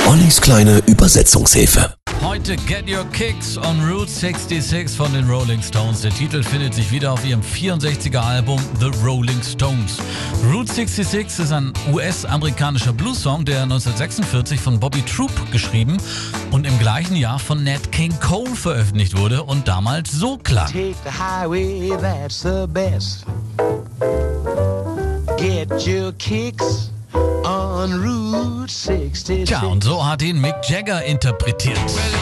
Ollis kleine Übersetzungshilfe. Heute Get Your Kicks on Route 66 von den Rolling Stones. Der Titel findet sich wieder auf ihrem 64er Album The Rolling Stones. Route 66 ist ein US-amerikanischer Blues-Song, der 1946 von Bobby Troup geschrieben und im gleichen Jahr von Nat King Cole veröffentlicht wurde und damals so klang. Take the highway, that's the best. Get your kicks on Route 66. Tja, und so hat ihn Mick Jagger interpretiert.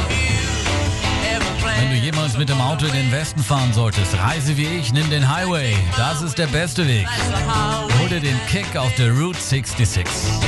Wenn du jemals mit dem Auto in den Westen fahren solltest, reise wie ich, nimm den Highway. Das ist der beste Weg. Hol dir den Kick auf der Route 66.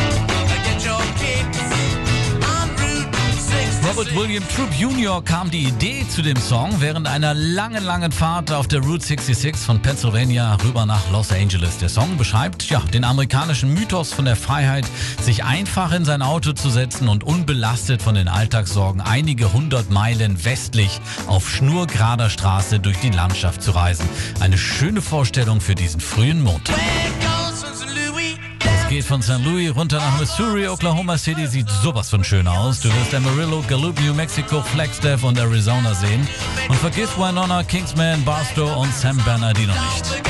Robert William Troup Jr. kam die Idee zu dem Song während einer langen Fahrt auf der Route 66 von Pennsylvania rüber nach Los Angeles. Der Song beschreibt den amerikanischen Mythos von der Freiheit, sich einfach in sein Auto zu setzen und unbelastet von den Alltagssorgen einige 100 Meilen westlich auf schnurgerader Straße durch die Landschaft zu reisen. Eine schöne Vorstellung für diesen frühen Montag. Geht von St. Louis runter nach Missouri, Oklahoma City, sieht sowas von schön aus. Du wirst Amarillo, Gallup, New Mexico, Flagstaff und Arizona sehen. Und vergiss Winona, Kingsman, Barstow und San Bernardino nicht.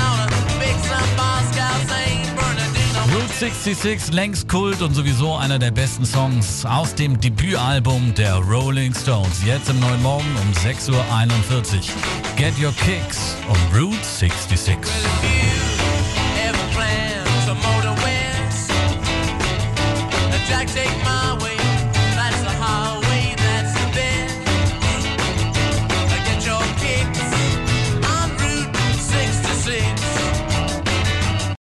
Route 66, längst Kult und sowieso einer der besten Songs aus dem Debütalbum der Rolling Stones. Jetzt im neuen Morgen um 6:41 Uhr. Get Your Kicks on Route 66.